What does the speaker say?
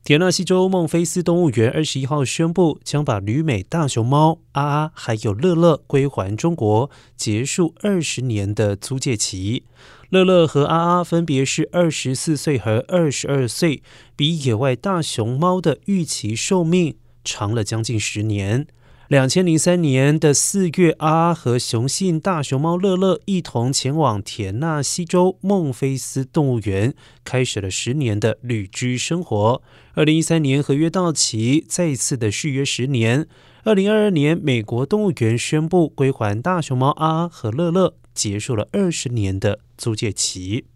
田纳西州孟菲斯动物园21号宣布，将把旅美大熊猫阿阿还有乐乐归还中国，结束20年的租借期。乐乐和阿阿分别是24岁和22岁，比野外大熊猫的预期寿命长了将近10年。2003年的4月，阿阿和雄性大熊猫乐乐一同前往田纳西州孟菲斯动物园，开始了10年的旅居生活。2013年合约到期，再次的续约10年。2022年，美国动物园宣布归还大熊猫阿阿和乐乐，结束了20年的租借期。